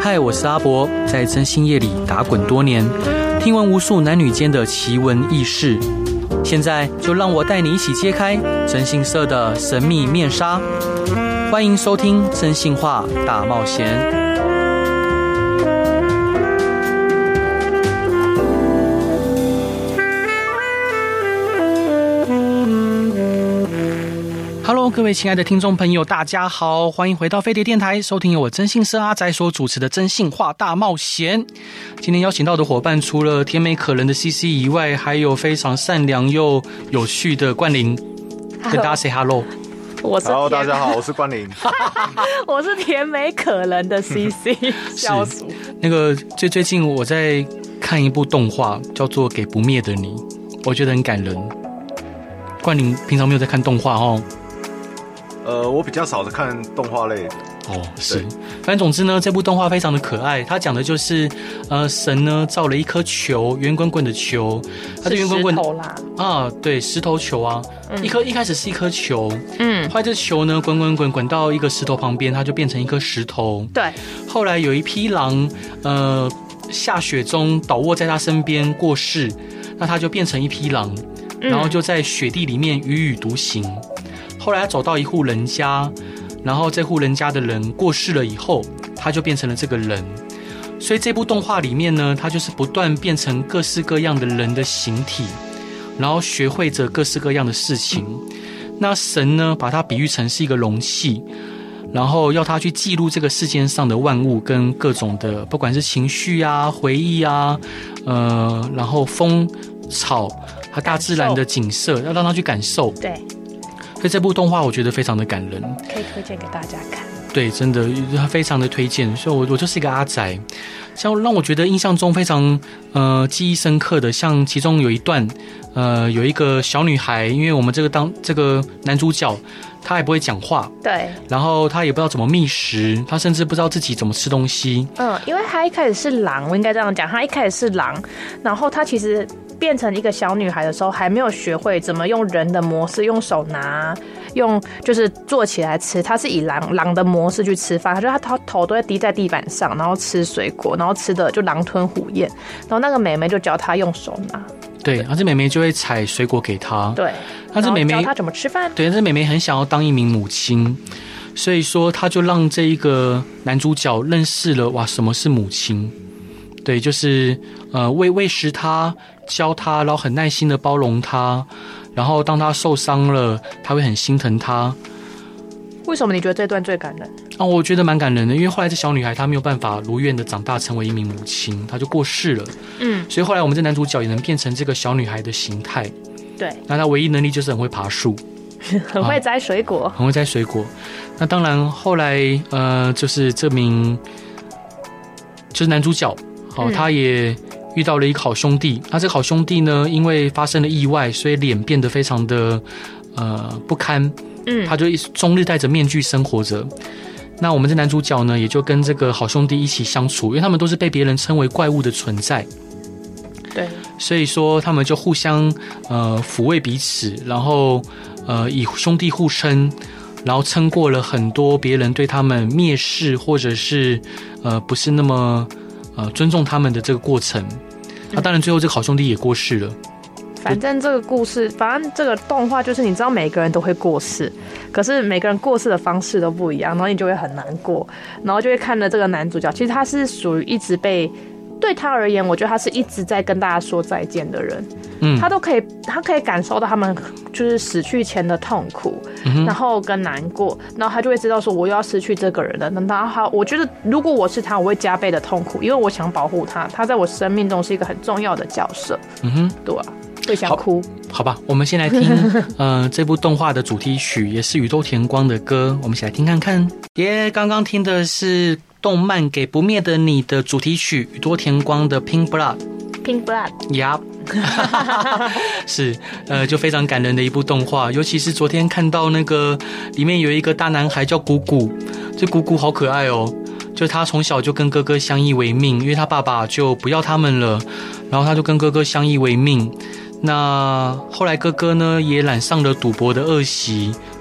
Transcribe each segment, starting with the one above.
嗨，我是阿伯，在征信业里打滚多年，听闻无数男女间的奇闻异事。现在就让我带你一起揭开征信社的神秘面纱。欢迎收听《征信话大冒险》。Hello， 各位亲爱的听众朋友，大家好，欢迎回到飞碟电台，收听由我征信社阿宅所主持的《征信话大冒险》。今天邀请到的伙伴，除了甜美可人的 CC 以外，还有非常善良又有趣的冠霖，跟大家 say hello。 Hello， 大家好，我是冠霖。 我是甜美可人的 CC， 笑死。 那个最近我在看一部动画，叫做《给不灭的你》，我觉得很感人。冠霖平常没有在看动画哦。 我比较少的看动画类的。 哦，是，反正总之呢，这部动画非常的可爱。它讲的就是，神呢造了一颗球，圆滚滚的球，它的圆滚滚石头啦， 啊，对，石头球啊，一开始是一颗球，后来这球呢滚到一个石头旁边，它就变成一颗石头。对，后来有一匹狼，下雪中倒卧在他身边过世，那他就变成一匹狼，然后就在雪地里面踽踽独行。后来他走到一户人家，然后这户人家的人过世了以后，他就变成了这个人。所以这部动画里面呢，他就是不断变成各式各样的人的形体，然后学会着各式各样的事情。那神呢，把它比喻成是一个容器，然后要他去记录这个世间上的万物跟各种的，不管是情绪啊、回忆啊，然后风、草和大自然的景色，要让他去感受。对。所以这部动画我觉得非常的感人， 可以推荐给大家看。对， 真的非常的推荐。所以我就是一个阿宅，像让我觉得印象中非常记忆深刻的，像其中有一段有一个小女孩，因为我们这个男主角他也不会讲话，对，然后他也不知道怎么觅食，他甚至不知道自己怎么吃东西。 因为他一开始是狼，我应该这样讲，他一开始是狼，然后他其实变成一个小女孩的时候，还没有学会怎么用人的模式，用手拿，用就是坐起来吃。他是以狼的模式去吃饭，他头都会低在地板上，然后吃水果，然后吃的就狼吞虎咽。然后那个妹妹就教他用手拿， 对，然后这妹妹就会采水果给他，对， 那这妹妹教他怎么吃饭， 对，这妹妹很想要当一名母亲，所以说他就让这一个男主角认识了什么是母亲。对，就是喂食他，教他，然后很耐心的包容他，然后当他受伤了，他会很心疼他。 为什么你觉得这段最感人？ 我觉得蛮感人的，因为后来这小女孩她没有办法如愿的长大成为一名母亲，她就过世了。所以后来我们这男主角也能变成这个小女孩的形态。对，那他唯一能力就是很会爬树， 很会摘水果， 很会摘水果。那当然后来就是这名就是男主角。他也遇到了一个好兄弟，那这个好兄弟呢，因为发生了意外，所以脸变得非常的不堪，他就终日戴着面具生活着。那我们这男主角呢，也就跟这个好兄弟一起相处，因为他们都是被别人称为怪物的存在，对，所以说他们就互相抚慰彼此，然后以兄弟互称，然后撑过了很多别人对他们蔑视或者是不是那么尊重他们的这个过程。那当然最后这个好兄弟也过世了。 反正这个故事，反正这个动画就是你知道每个人都会过世，可是每个人过世的方式都不一样，然后你就会很难过，然后就会看着这个男主角，其实他是属于一直被，对他而言，我觉得他是一直在跟大家说再见的人。他可以感受到他们就是死去前的痛苦，然后跟难过，然后他就会知道说我又要失去这个人了。然后我觉得如果我是他，我会加倍的痛苦，因为我想保护他，他在我生命中是一个很重要的角色。对啊，会想哭。 好吧，我们先来听这部动画的主题曲，也是宇多田光的歌，我们一起来听看看。刚刚听的是动漫《给不灭的你》的主题曲，宇多田光的 Pink Blood。Pink Blood。Yup。是，就非常感人的一部动画，尤其是昨天看到那个里面有一个大男孩叫谷谷，这谷谷好可爱哦，就他从小就跟哥哥相依为命，因为他爸爸就不要他们了，然后他就跟哥哥相依为命。那后来哥哥呢也染上了赌博的恶习，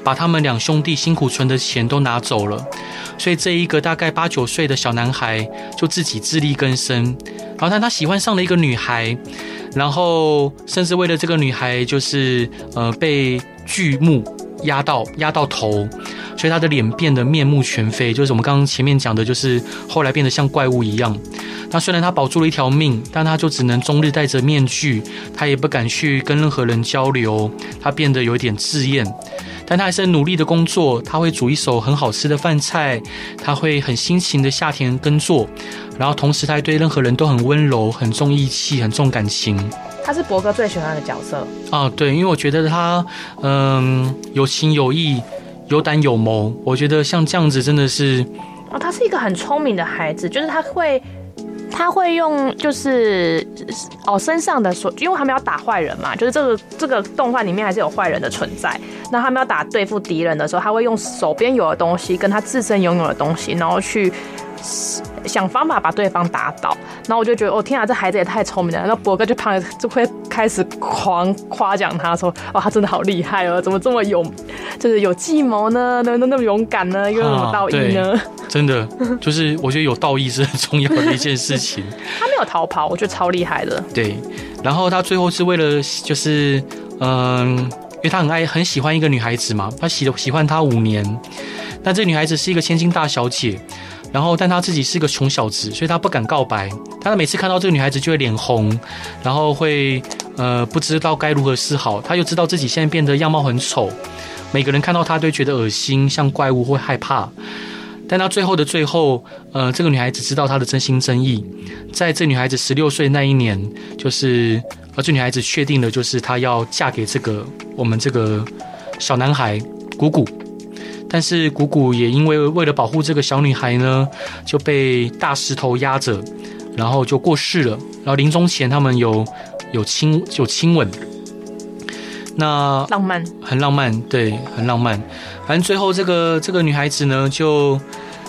把他们2兄弟辛苦存的钱都拿走了，所以这一个大概8、9岁的小男孩就自己自力更生，然后他喜欢上了一个女孩，然后甚至为了这个女孩就是被锯木压到头，所以他的脸变得面目全非，就是我们刚刚前面讲的，就是后来变得像怪物一样。那虽然他保住了一条命，但他就只能终日戴着面具，他也不敢去跟任何人交流，他变得有一点自厌。但他还是很努力的工作，他会煮一手很好吃的饭菜，他会很辛勤的下田耕作，然后同时他对任何人都很温柔，很重义气，很重感情。 他是伯哥最喜欢的角色啊，对，因为我觉得他有情有义，有胆有谋，我觉得像这样子真的是他是一个很聪明的孩子，就是他会用就是身上的因为他们要打坏人嘛，就是这个动画里面还是有坏人的存在。那他们要对付敌人的时候，他会用手边有的东西跟他自身拥有的东西，然后去想方法把对方打倒。然后我就觉得天啊，这孩子也太聪明了。然后伯哥就会开始狂夸奖他说，他真的好厉害哦，怎么这么就是有计谋呢？那么勇敢呢？又有什么道义呢？ 真的，就是我觉得有道义是很重要的一件事情。 他没有逃跑，我觉得超厉害的。 对，然后他最后是为了就是因为他很喜欢一个女孩子嘛，他喜欢她5年。但这女孩子是一个千金大小姐，然后但他自己是个穷小子，所以他不敢告白。他每次看到这个女孩子就会脸红，然后会不知道该如何是好。他又知道自己现在变得样貌很丑，每个人看到他都会觉得恶心，像怪物，会害怕。但他最后的最后，这个女孩子知道他的真心真意。在这女孩子16岁那一年，就是这女孩子确定了，就是她要嫁给我们这个小男孩谷谷。但是谷谷也因为了保护这个小女孩呢，就被大石头压着，然后就过世了。然后临终前他们有亲吻。那浪漫， 很浪漫，对，很浪漫。反正最后这个女孩子呢，就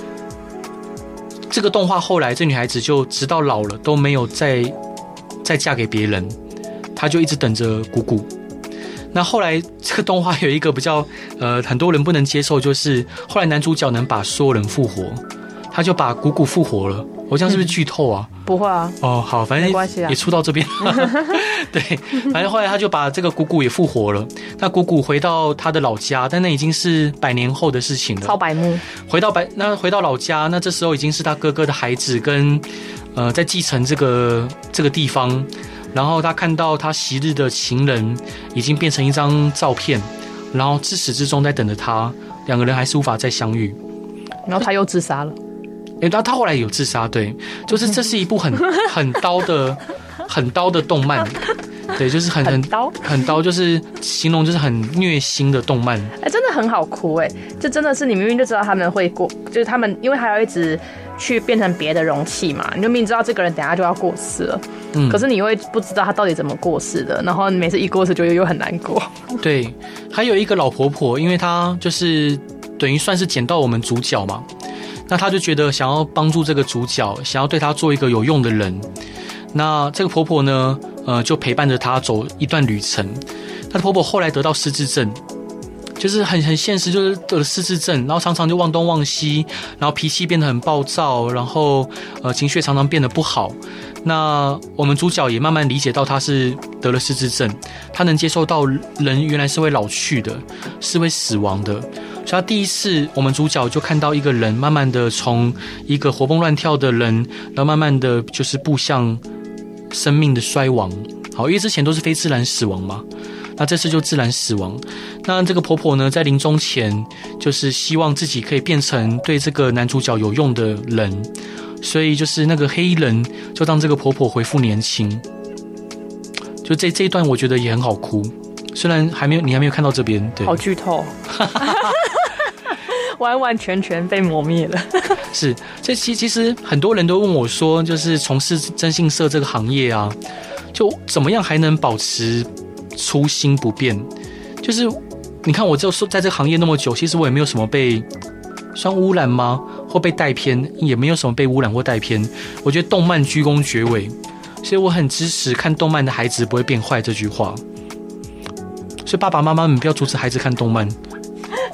这个动画后来这女孩子就直到老了都没有再嫁给别人，她就一直等着谷谷。那后来这个动画有一个比较很多人不能接受，就是后来男主角能把所有人复活，他就把谷谷复活了。我这样是不是剧透啊？ 不会啊。 好，反正也出到这边对，反正后来他就把这个谷谷也复活了。那谷谷回到他的老家，但那已经是100年后的事情了。 超白目。回到老家，那这时候已经是他哥哥的孩子跟在继承这个地方。然后他看到他昔日的情人已经变成一张照片，然后自始至终在等着他，两个人还是无法再相遇。 然后他又自杀了。 他后来有自杀，对，就是这是一部很刀的动漫，对，就是很刀，就是形容就是很虐心的动漫。 真的很好哭这真的是你明明就知道他们会过，就是他们因为还要一直去变成别的容器嘛，你就明明知道这个人等一下就要过世了，可是你又会不知道他到底怎么过世的，然后每次一过世就又很难过。对，还有一个老婆婆，因为她就是等于算是捡到我们主角嘛。那他就觉得想要帮助这个主角，想要对他做一个有用的人。那这个婆婆呢，就陪伴着他走一段旅程。那婆婆后来得到失智症，就是很现实，就是得了失智症，然后常常就忘东忘西，然后脾气变得很暴躁，然后情绪常常变得不好。那我们主角也慢慢理解到他是得了失智症，他能接受到人原来是会老去的，是会死亡的。所以他第一次我们主角就看到一个人慢慢的从一个活蹦乱跳的人，然后慢慢的就是步向生命的衰亡。好，因为之前都是非自然死亡嘛，那这次就自然死亡。那这个婆婆呢，在临终前就是希望自己可以变成对这个男主角有用的人，所以就是那个黑衣人就让这个婆婆恢复年轻。就这一段我觉得也很好哭，虽然你还没有看到这边，对，好剧透完完全全被磨灭了。是，这其实很多人都问我说，就是从事征信社这个行业啊，就怎么样还能保持初心不变？就是你看，我就在这个行业那么久，其实我也没有什么被算污染吗？或被带偏，也没有什么被污染或带偏。我觉得动漫居功厥伟，所以我很支持看动漫的孩子不会变坏这句话。所以爸爸妈妈们不要阻止孩子看动漫。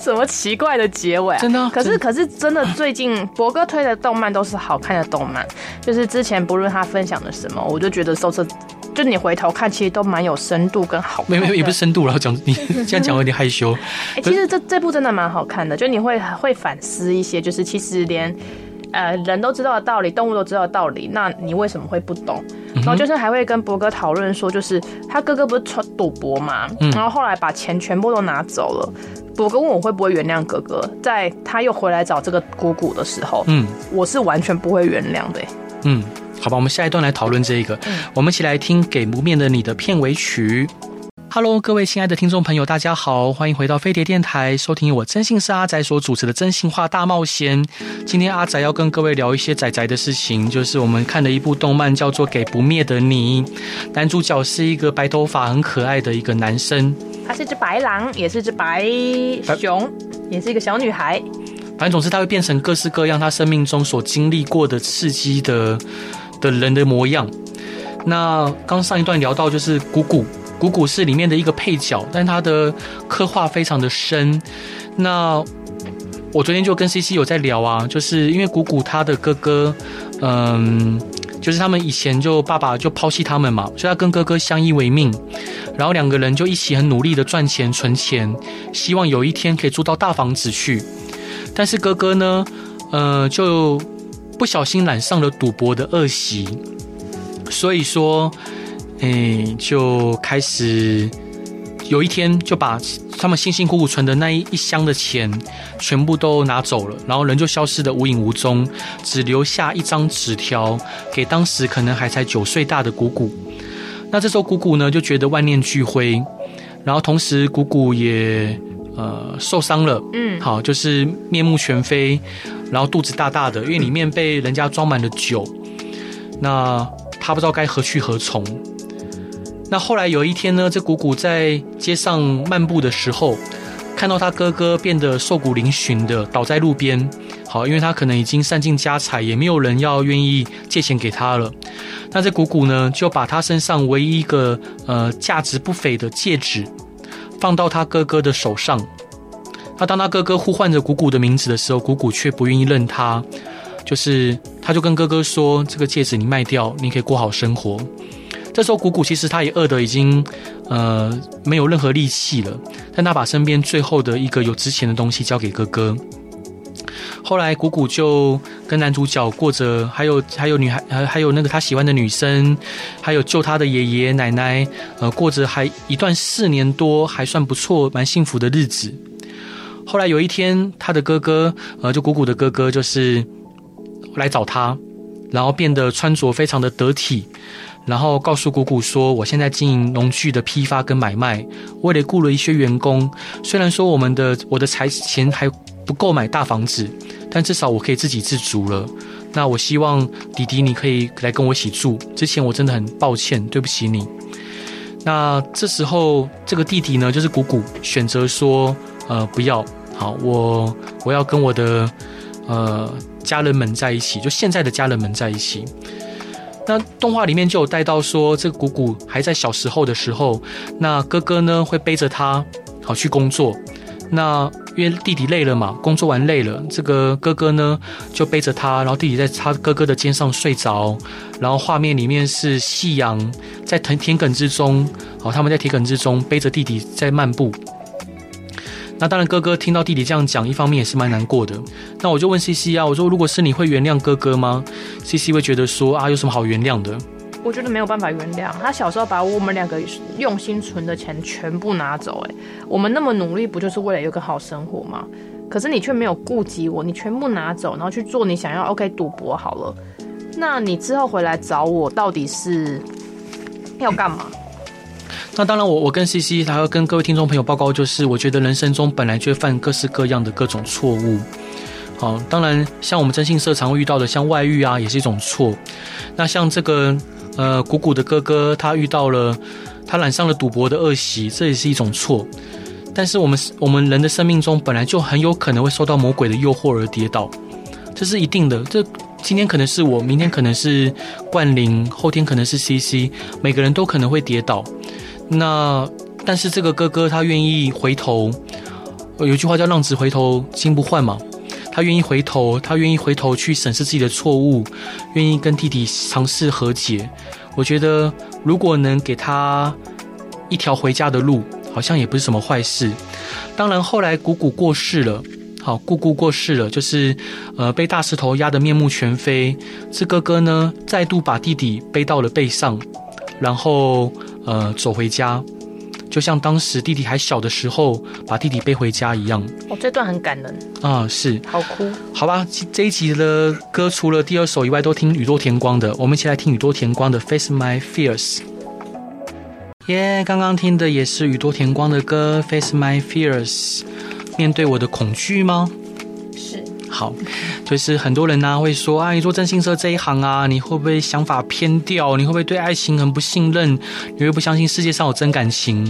什么奇怪的结尾啊？ 真的啊。 可是真的最近博哥推的动漫都是好看的动漫，就是之前不论他分享的什么，我就觉得就你回头看，其实都蛮有深度跟好看的。 没有，也不是深度了，你这样讲我有点害羞。 其实这部真的蛮好看的，就你会反思一些，就是其实连人都知道的道理，动物都知道的道理，那你为什么会不懂？然后就是还会跟博哥讨论说，就是他哥哥不是赌博嘛，然后后来把钱全部都拿走了。博哥问我会不会原谅哥哥，在他又回来找这个姑姑的时候，我是完全不会原谅的。 好吧，我们下一段来讨论这个。我们一起来听《给不面的你》的片尾曲。Hello， 各位亲爱的听众朋友，大家好，欢迎回到飞碟电台，收听我真心是阿宅所主持的真心话大冒险。今天阿宅要跟各位聊一些宅宅的事情，就是我们看的一部动漫叫做《给不灭的你》，男主角是一个白头发很可爱的一个男生， 他是只白狼，也是只白熊，也是一个小女孩。 反正总之他会变成各式各样他生命中所经历过的刺激的人的模样。那刚上一段聊到就是谷谷是里面的一个配角，但他的刻画非常的深。那我昨天就跟 CC 有在聊啊，就是因为谷谷他的哥哥就是他们以前就爸爸就抛弃他们嘛，所以他跟哥哥相依为命，然后两个人就一起很努力的赚钱存钱，希望有一天可以住到大房子去。但是哥哥呢就不小心染上了赌博的恶习，所以说就开始有一天就把他们辛辛苦苦存的那一箱的钱全部都拿走了，然后人就消失得无影无踪，只留下一张纸条给当时可能还才9岁大的谷谷。那这时候谷谷呢就觉得万念俱灰，然后同时谷谷也受伤了，好，就是面目全非，然后肚子大大的，因为里面被人家装满了酒，那他不知道该何去何从。那后来有一天呢，这谷谷在街上漫步的时候，看到他哥哥变得瘦骨嶙峋的倒在路边，好，因为他可能已经散尽家财，也没有人要愿意借钱给他了。那这谷谷呢，就把他身上唯一一个价值不菲的戒指放到他哥哥的手上。那当他哥哥呼唤着谷谷的名字的时候，谷谷却不愿意认他，就是他就跟哥哥说，这个戒指你卖掉，你可以过好生活。这时候谷谷其实他也饿得已经没有任何力气了，但他把身边最后的一个有值钱的东西交给哥哥。后来谷谷就跟男主角过着还有女孩还有那个他喜欢的女生，还有救他的爷爷奶奶过着还一段4年多还算不错蛮幸福的日子。后来有一天他的哥哥就谷谷的哥哥就是来找他，然后变得穿着非常的得体，然后告诉谷谷说，我现在经营农具的批发跟买卖，我也雇了一些员工，虽然说我的财钱还不够买大房子，但至少我可以自给自足了。那我希望弟弟你可以来跟我一起住，之前我真的很抱歉，对不起你。那这时候这个弟弟呢，就是谷谷选择说不要，好，我要跟我的家人们在一起，就现在的家人们在一起。那动画里面就有带到说，这个谷谷还在小时候的时候，那哥哥呢会背着他好去工作。那因为弟弟累了嘛，工作完累了，这个哥哥呢就背着他，然后弟弟在他哥哥的肩上睡着，然后画面里面是夕阳在田埂之中，好，他们在田埂之中背着弟弟在漫步。那当然哥哥听到弟弟这样讲，一方面也是蛮难过的。那我就问 CC 啊，我说如果是你会原谅哥哥吗？ CC 会觉得说啊，有什么好原谅的？ 我觉得没有办法原谅，他小时候把我们2个用心存的钱全部拿走，我们那么努力不就是为了有个好生活吗？可是你却没有顾及我，你全部拿走，然后去做你想要 OK 赌博好了，那你之后回来找我到底是要干嘛？ 那当然我跟 CC 还要跟各位听众朋友报告，就是我觉得人生中本来就会犯各式各样的各种错误。好，当然像我们征信社常会遇到的，像外遇啊，也是一种错。那像这个谷谷的哥哥，他染上了赌博的恶习，这也是一种错。但是我们人的生命中本来就很有可能会受到魔鬼的诱惑而跌倒，这是一定的。这今天可能是我，明天可能是冠霖，后天可能是 CC， 每个人都可能会跌倒。那但是这个哥哥他愿意回头， 有一句话叫浪子回头金不换嘛，他愿意回头去审视自己的错误，愿意跟弟弟尝试和解。我觉得如果能给他一条回家的路，好像也不是什么坏事。当然后来姑姑过世了，姑姑过世了，就是被大石头压得面目全非。这哥哥呢再度把弟弟背到了背上，然后走回家，就像当时弟弟还小的时候把弟弟背回家一样。 这段很感人啊，是好哭。 好吧，这一集的歌除了第2首以外都听宇多田光的，我们一起来听宇多田光的 Face My Fears。刚刚听的也是宇多田光的歌 Face My Fears。面对我的恐惧吗？ 是。 好，就是很多人呢会说啊，你做征信社这一行啊，你会不会想法偏掉？你会不会对爱情很不信任？你会不会相信世界上有真感情？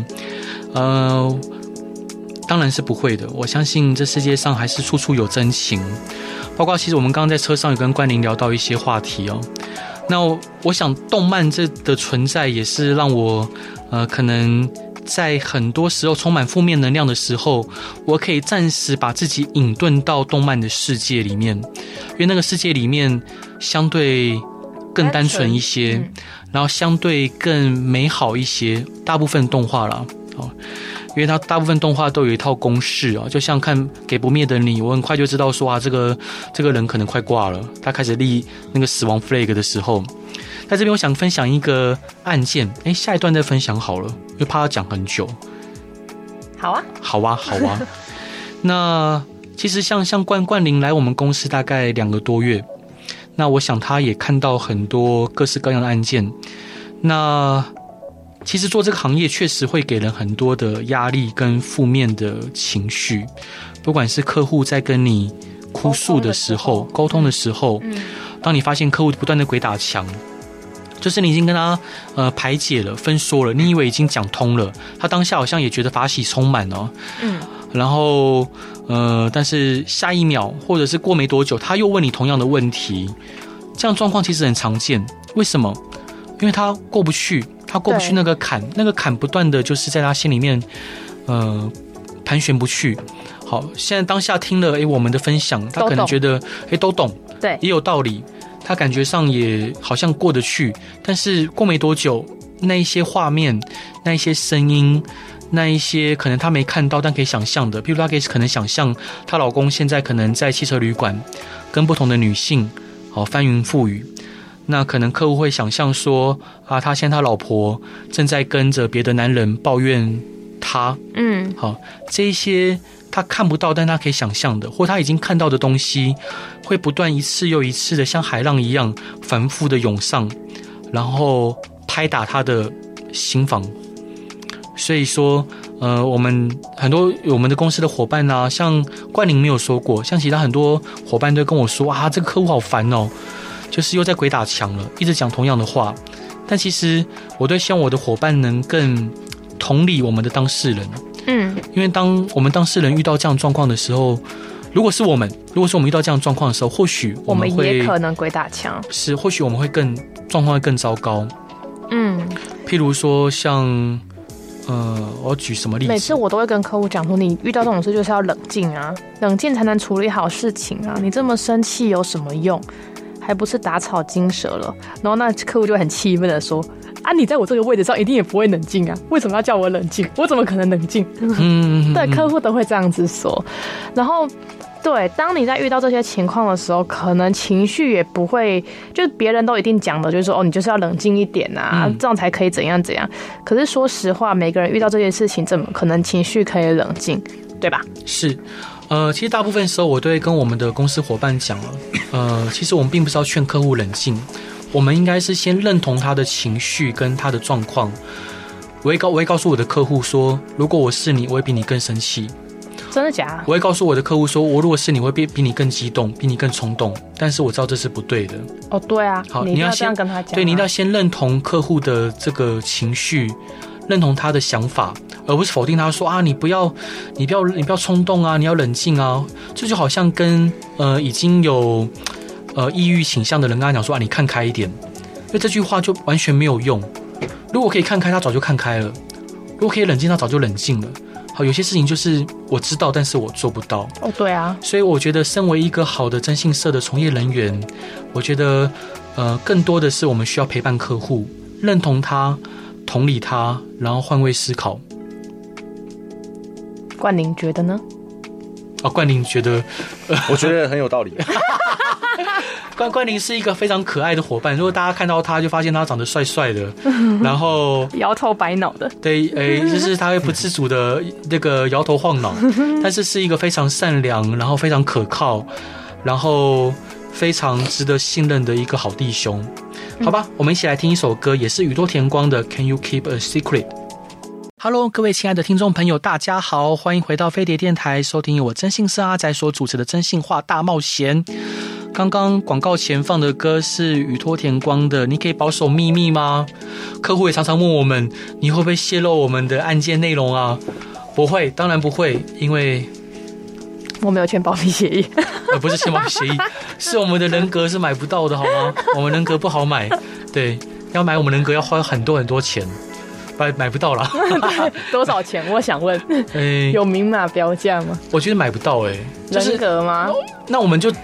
当然是不会的。我相信这世界上还是处处有真情。包括其实我们刚刚在车上有跟冠霖聊到一些话题哦。那我想动漫这的存在也是让我可能在很多时候充满负面能量的时候，我可以暂时把自己隐遁到动漫的世界里面，因为那个世界里面相对更单纯一些，然后相对更美好一些，大部分动画啦，因为它大部分动画都有一套公式啊，就像看《给不灭的你》，我很快就知道说这个人可能快挂了，他开始立那个死亡 flag 的时候。在这边我想分享一个案件，下一段再分享好了，因为怕他讲很久。 好啊。 那其实像冠霖来我们公司大概2个多月，那我想他也看到很多各式各样的案件。那其实做这个行业确实会给人很多的压力跟负面的情绪，不管是客户在跟你哭诉的时候，沟通的时候，当你发现客户不断的鬼打墙，就是你已经跟他排解了分说了，你以为已经讲通了，他当下好像也觉得法喜充满哦，然后但是下一秒或者是过没多久他又问你同样的问题，这样状况其实很常见。为什么？因为他过不去那个坎，那个坎不断的就是在他心里面盘旋不去。好，现在当下听了我们的分享，他可能觉得都懂， 对， 也有道理，他感觉上也好像过得去，但是过没多久，那一些画面，那一些声音，那一些可能他没看到但可以想象的，譬如他可能想象她老公现在可能在汽车旅馆跟不同的女性翻云覆雨，那可能客户会想象说他现在他老婆正在跟着别的男人抱怨他，好，这一些他看不到但他可以想象的，或他已经看到的东西会不断一次又一次的像海浪一样反复的涌上，然后拍打他的心房。所以说我们很多我们的公司的伙伴啊，像冠霖没有说过，像其他很多伙伴都跟我说这个客户好烦哦，就是又在鬼打墙了，一直讲同样的话。但其实我都希望我的伙伴能更同理我们的当事人，因为当我们当事人遇到这样状况的时候，如果是我们遇到这样状况的时候，或许我们会也可能鬼打墙， 是或许我们会状况会更糟糕。譬如说像我举什么例子？ 每次我都会跟客户讲说，你遇到这种事就是要冷静啊，冷静才能处理好事情啊，你这么生气有什么用？还不是打草惊蛇了。然后那客户就很气愤的说你在我这个位置上一定也不会冷静啊，为什么要叫我冷静？我怎么可能冷静？对，客户都会这样子说。然后对，当你在遇到这些情况的时候，可能情绪也不会，就别人都一定讲的就是说你就是要冷静一点啊，这样才可以怎样怎样。可是说实话，每个人遇到这件事情怎么可能情绪可以冷静，对吧？ 是其实大部分时候我都会跟我们的公司伙伴讲了，其实我们并不是要劝客户冷静，我们应该是先认同他的情绪跟他的状况。我会告诉我的客户说，如果我是你，我会比你更生气。 真的假的？ 我会告诉我的客户说，我如果是你，会比你更激动，比你更冲动，但是我知道这是不对的。 对啊， 好， 你一定要这样跟他讲。 对，你一定要先认同客户的这个情绪，认同他的想法，而不是否定他说你不要冲动啊，你要冷静啊。这就好像跟已经有抑郁倾向的人跟他讲说你看开一点，因为这句话就完全没有用。如果可以看开，他早就看开了；如果可以冷静，他早就冷静了。 好，有些事情就是我知道，但是我做不到。 哦，对啊。 所以我觉得，身为一个好的征信社的从业人员，我觉得，更多的是我们需要陪伴客户，认同他，同理他，然后换位思考。 冠霖觉得呢？ 冠霖觉得， 我觉得很有道理。 冠霖是一个非常可爱的伙伴。如果大家看到他，就发现他长得帅帅的，然后摇头摆脑的。 对，就是他会不自主的那个摇头晃脑，但是是一个非常善良，然后非常可靠，然后非常值得信任的一个好弟兄。好吧，我们一起来听一首歌，也是宇多田光的《Can You Keep a Secret》。Hello， 各位亲爱的听众朋友，大家好，欢迎回到飞碟电台，收听由我征信社阿宅所主持的征信话大冒险。刚刚广告前放的歌是宇多田光的《你可以保守秘密吗》？客户也常常问我们，你会不会泄露我们的案件内容啊？不会，当然不会，因为我没有签保密协议。 不是签保密协议，是我们的人格是买不到的，好吗？我们人格不好买，对，要买我们人格要花很多很多钱。买不到啦。 多少钱？我想问，有明码标价吗？ 我觉得买不到就是人格吗？ 那我们就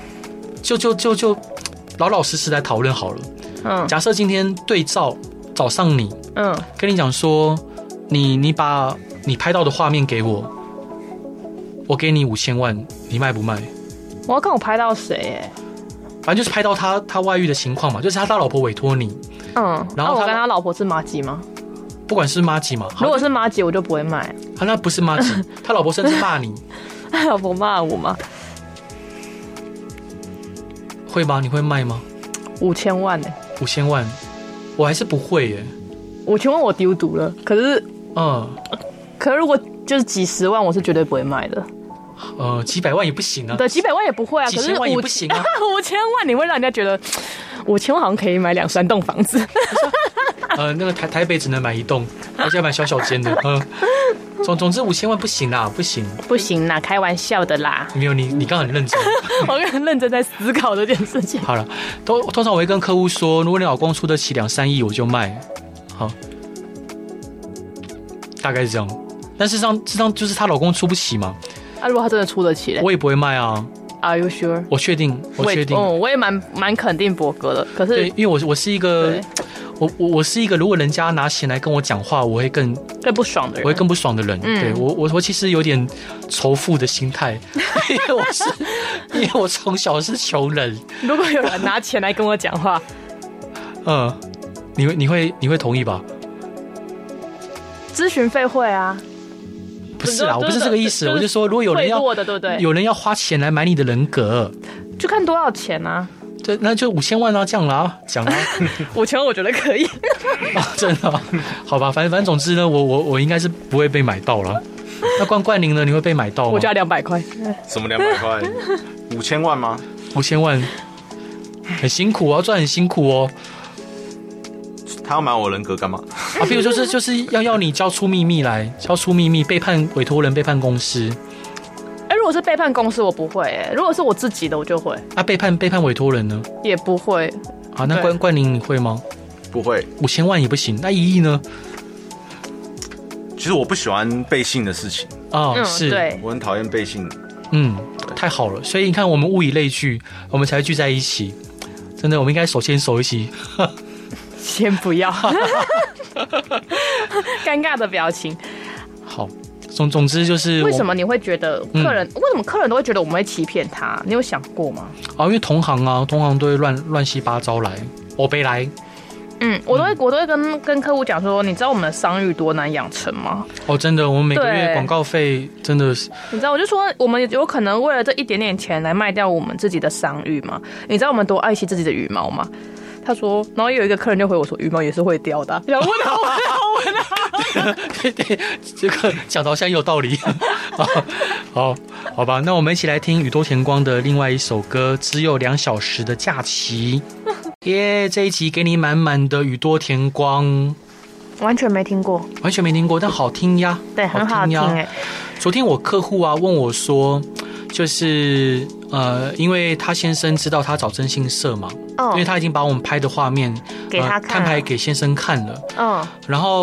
老老实实来讨论好了。假设今天对照找上你，跟你讲说，你把你拍到的画面给我，我给你5000万，你卖不卖？ 我要看我拍到谁反正就是拍到他外遇的情况嘛，就是他老婆委托你， 然后我跟他老婆是麻吉吗？ 不管是麻吉嘛， 如果是麻吉我就不会卖。 那不是麻吉，他老婆甚至骂你。 他老婆骂我吗？ 会吗？你会卖吗 ？5000万 5000万，我还是不会 5000万我丢毒了，可是可是如果就是几十万，我是绝对不会卖的。 几百万也不行啊。 对，几百万也不会啊， 几千万也不行啊。 5000万你会让人家觉得5000万好像可以买2-3栋房子。 那个台北只能买1栋，而且要买小小间的。总之5000万不行啦，不行啦，开玩笑的啦。没有你刚好很认真。 我很认真在思考这件事情。 好了，通常我会跟客户说，如果你老公出得起2-3亿，我就卖。好，大概是这样。但事实上就是她老公出不起嘛。 如果他真的出得起嘞， 我也不会卖啊。 Are you sure？ 我确定。 我也蛮肯定博哥的。可是对，因为我是一个。我是一个，如果人家拿钱来跟我讲话，我会更不爽的人。 我会更不爽的人。对我其实有点仇富的心态，因为我从小是穷人。 如果有人拿钱来跟我讲话， 你会同意吧？ 咨询费会啊。 不是啦，我不是这个意思。我就说，如果有人要对不对？ 有人要花钱来买你的人格， 就看多少钱啊。 对，那就5000万啊，这样啦，讲啦。 5000万我觉得可以。 真的好吧，反正总之呢，我应该是不会被买到啦。那冠霖呢？你会被买到吗？ 我加200块。 什么200块？5000万吗 ？5000万，很辛苦啊，赚很辛苦哦。 他要买我人格干嘛？ 比如就是要你交出秘密来，背叛委托人，背叛公司。 如果是背叛公司，我不会如果是我自己的，我就会。背叛委托人呢？也不会。 好，那冠霖你会吗？ 不会。 5000万也不行，那1亿呢？ 其实我不喜欢背信的事情是， 对， 我很讨厌背信。 太好了，所以你看，我们物以类聚，我们才聚在一起。真的，我们应该手牵手一起。 先不要，尴尬的表情。 好。总之就是为什么你会觉得客人？为什么客人都会觉得我们会欺骗他？你有想过吗？ 因为同行都会乱七八糟来，我别来。 我都会跟客户讲说，你知道我们的商誉多难养成吗？ 真的，我们每个月广告费真的是， 你知道，我就说我们有可能为了这一点点钱来卖掉我们自己的商誉吗？你知道我们多爱惜自己的羽毛吗？他说，然后有一个客人就回我说，羽毛也是会掉的。然后问他， 对，这个讲得好像也有道理。好吧，那我们一起来听宇多田光的另外一首歌《只有2小时的假期》。这一集给你满满的宇多田光。 完全没听过， 但好听呀。 对，很好听昨天我客户问我说，就是因为他先生知道他找征信社嘛，因为他已经把我们拍的画面给他看， 摊牌给先生看了。然后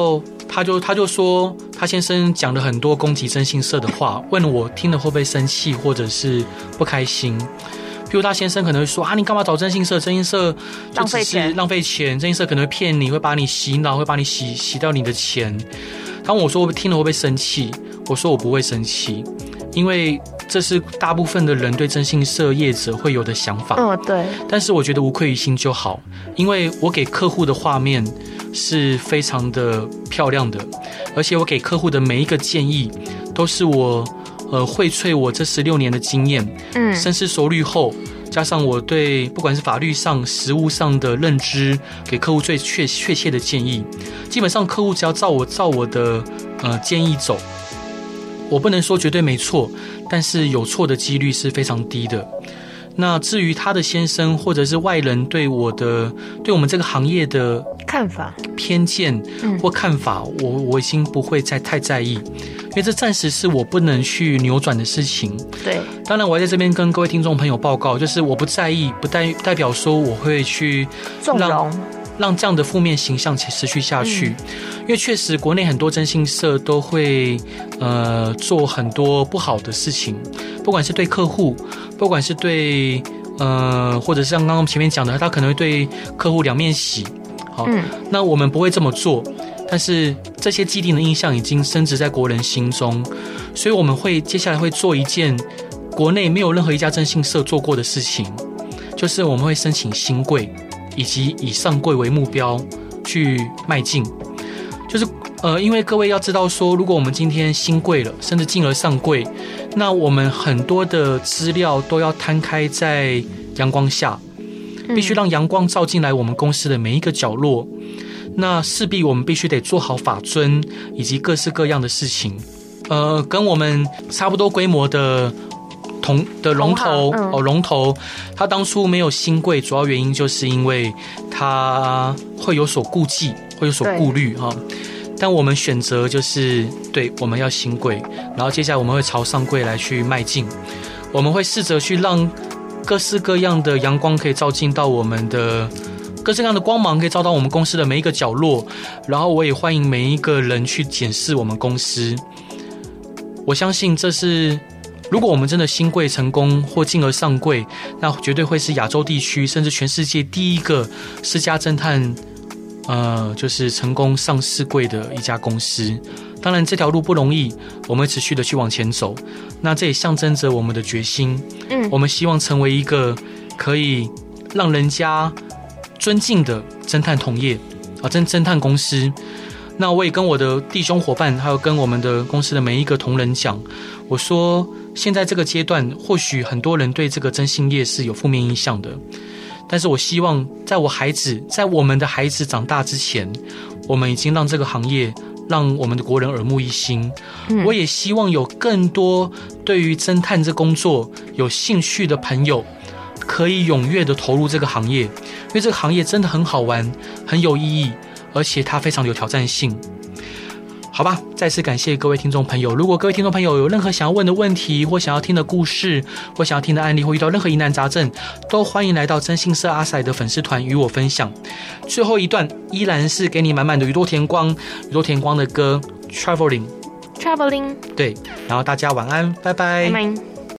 他就说他先生讲了很多攻击征信社的话，问我听了会不会生气或者是不开心。譬如他先生可能会说你干嘛找征信社？征信社就只是浪费钱，征信社可能会骗你，会把你洗脑，会把你洗掉你的钱。他问我说听了会不会生气？我说我不会生气，因为这是大部分的人对征信社业者会有的想法。 对。但是我觉得无愧于心就好，因为我给客户的画面是非常的漂亮的，而且我给客户的每一个建议都是我荟萃我这16年的经验，深思熟虑后，加上我对不管是法律上、实务上的认知，给客户最确切的建议。基本上客户只要照我的建议走，我不能说绝对没错，但是有错的几率是非常低的。那至于他的先生或者是外人对我们这个行业的看法、 偏见或看法，我已经不会再太在意，因为这暂时是我不能去扭转的事情。 对， 当然我还在这边跟各位听众朋友报告，就是我不在意，不代表说我会去纵容。 让这样的负面形象持续下去，因为确实国内很多征信社都会做很多不好的事情，不管是对客户，不管是对或者是像刚刚前面讲的，他可能会对客户两面洗。好，那我们不会这么做，但是这些既定的印象已经深植在国人心中，所以我们接下来会做一件国内没有任何一家征信社做过的事情，就是我们会申请新柜，以及以上柜为目标去迈进。就是因为各位要知道说，如果我们今天新柜了，甚至进而上柜，那我们很多的资料都要摊开在阳光下，必须让阳光照进来我们公司的每一个角落。那势必我们必须得做好法遵以及各式各样的事情。跟我们差不多规模的龙头，他当初没有新柜，主要原因就是因为他会有所顾忌，会有所顾虑哈。但我们选择就是对，我们要新柜，然后接下来我们会朝上柜来去迈进。我们会试着去让各式各样的阳光可以照进到我们的各式各样的光芒可以照到我们公司的每一个角落，然后我也欢迎每一个人去检视我们公司。我相信这是，如果我们真的新柜成功或进而上柜，那绝对会是亚洲地区甚至全世界第一个私家侦探就是成功上市柜的一家公司。当然这条路不容易，我们会持续的去往前走，那这也象征着我们的决心。我们希望成为一个可以让人家尊敬的侦探同业侦探公司。那我也跟我的弟兄伙伴还有跟我们的公司的每一个同仁讲，我说现在这个阶段或许很多人对这个征信业是有负面印象的，但是我希望在我们的孩子长大之前，我们已经让这个行业让我们的国人耳目一新。我也希望有更多对于侦探这工作有兴趣的朋友可以踊跃的投入这个行业，因为这个行业真的很好玩，很有意义，而且它非常有挑战性。好吧，再次感谢各位听众朋友。如果各位听众朋友有任何想要问的问题，或想要听的故事，或想要听的案例，或遇到任何疑难杂症，都欢迎来到征信社阿赛的粉丝团与我分享。最后一段依然是给你满满的宇多田光的歌 Traveling。 对，然后大家晚安，拜拜。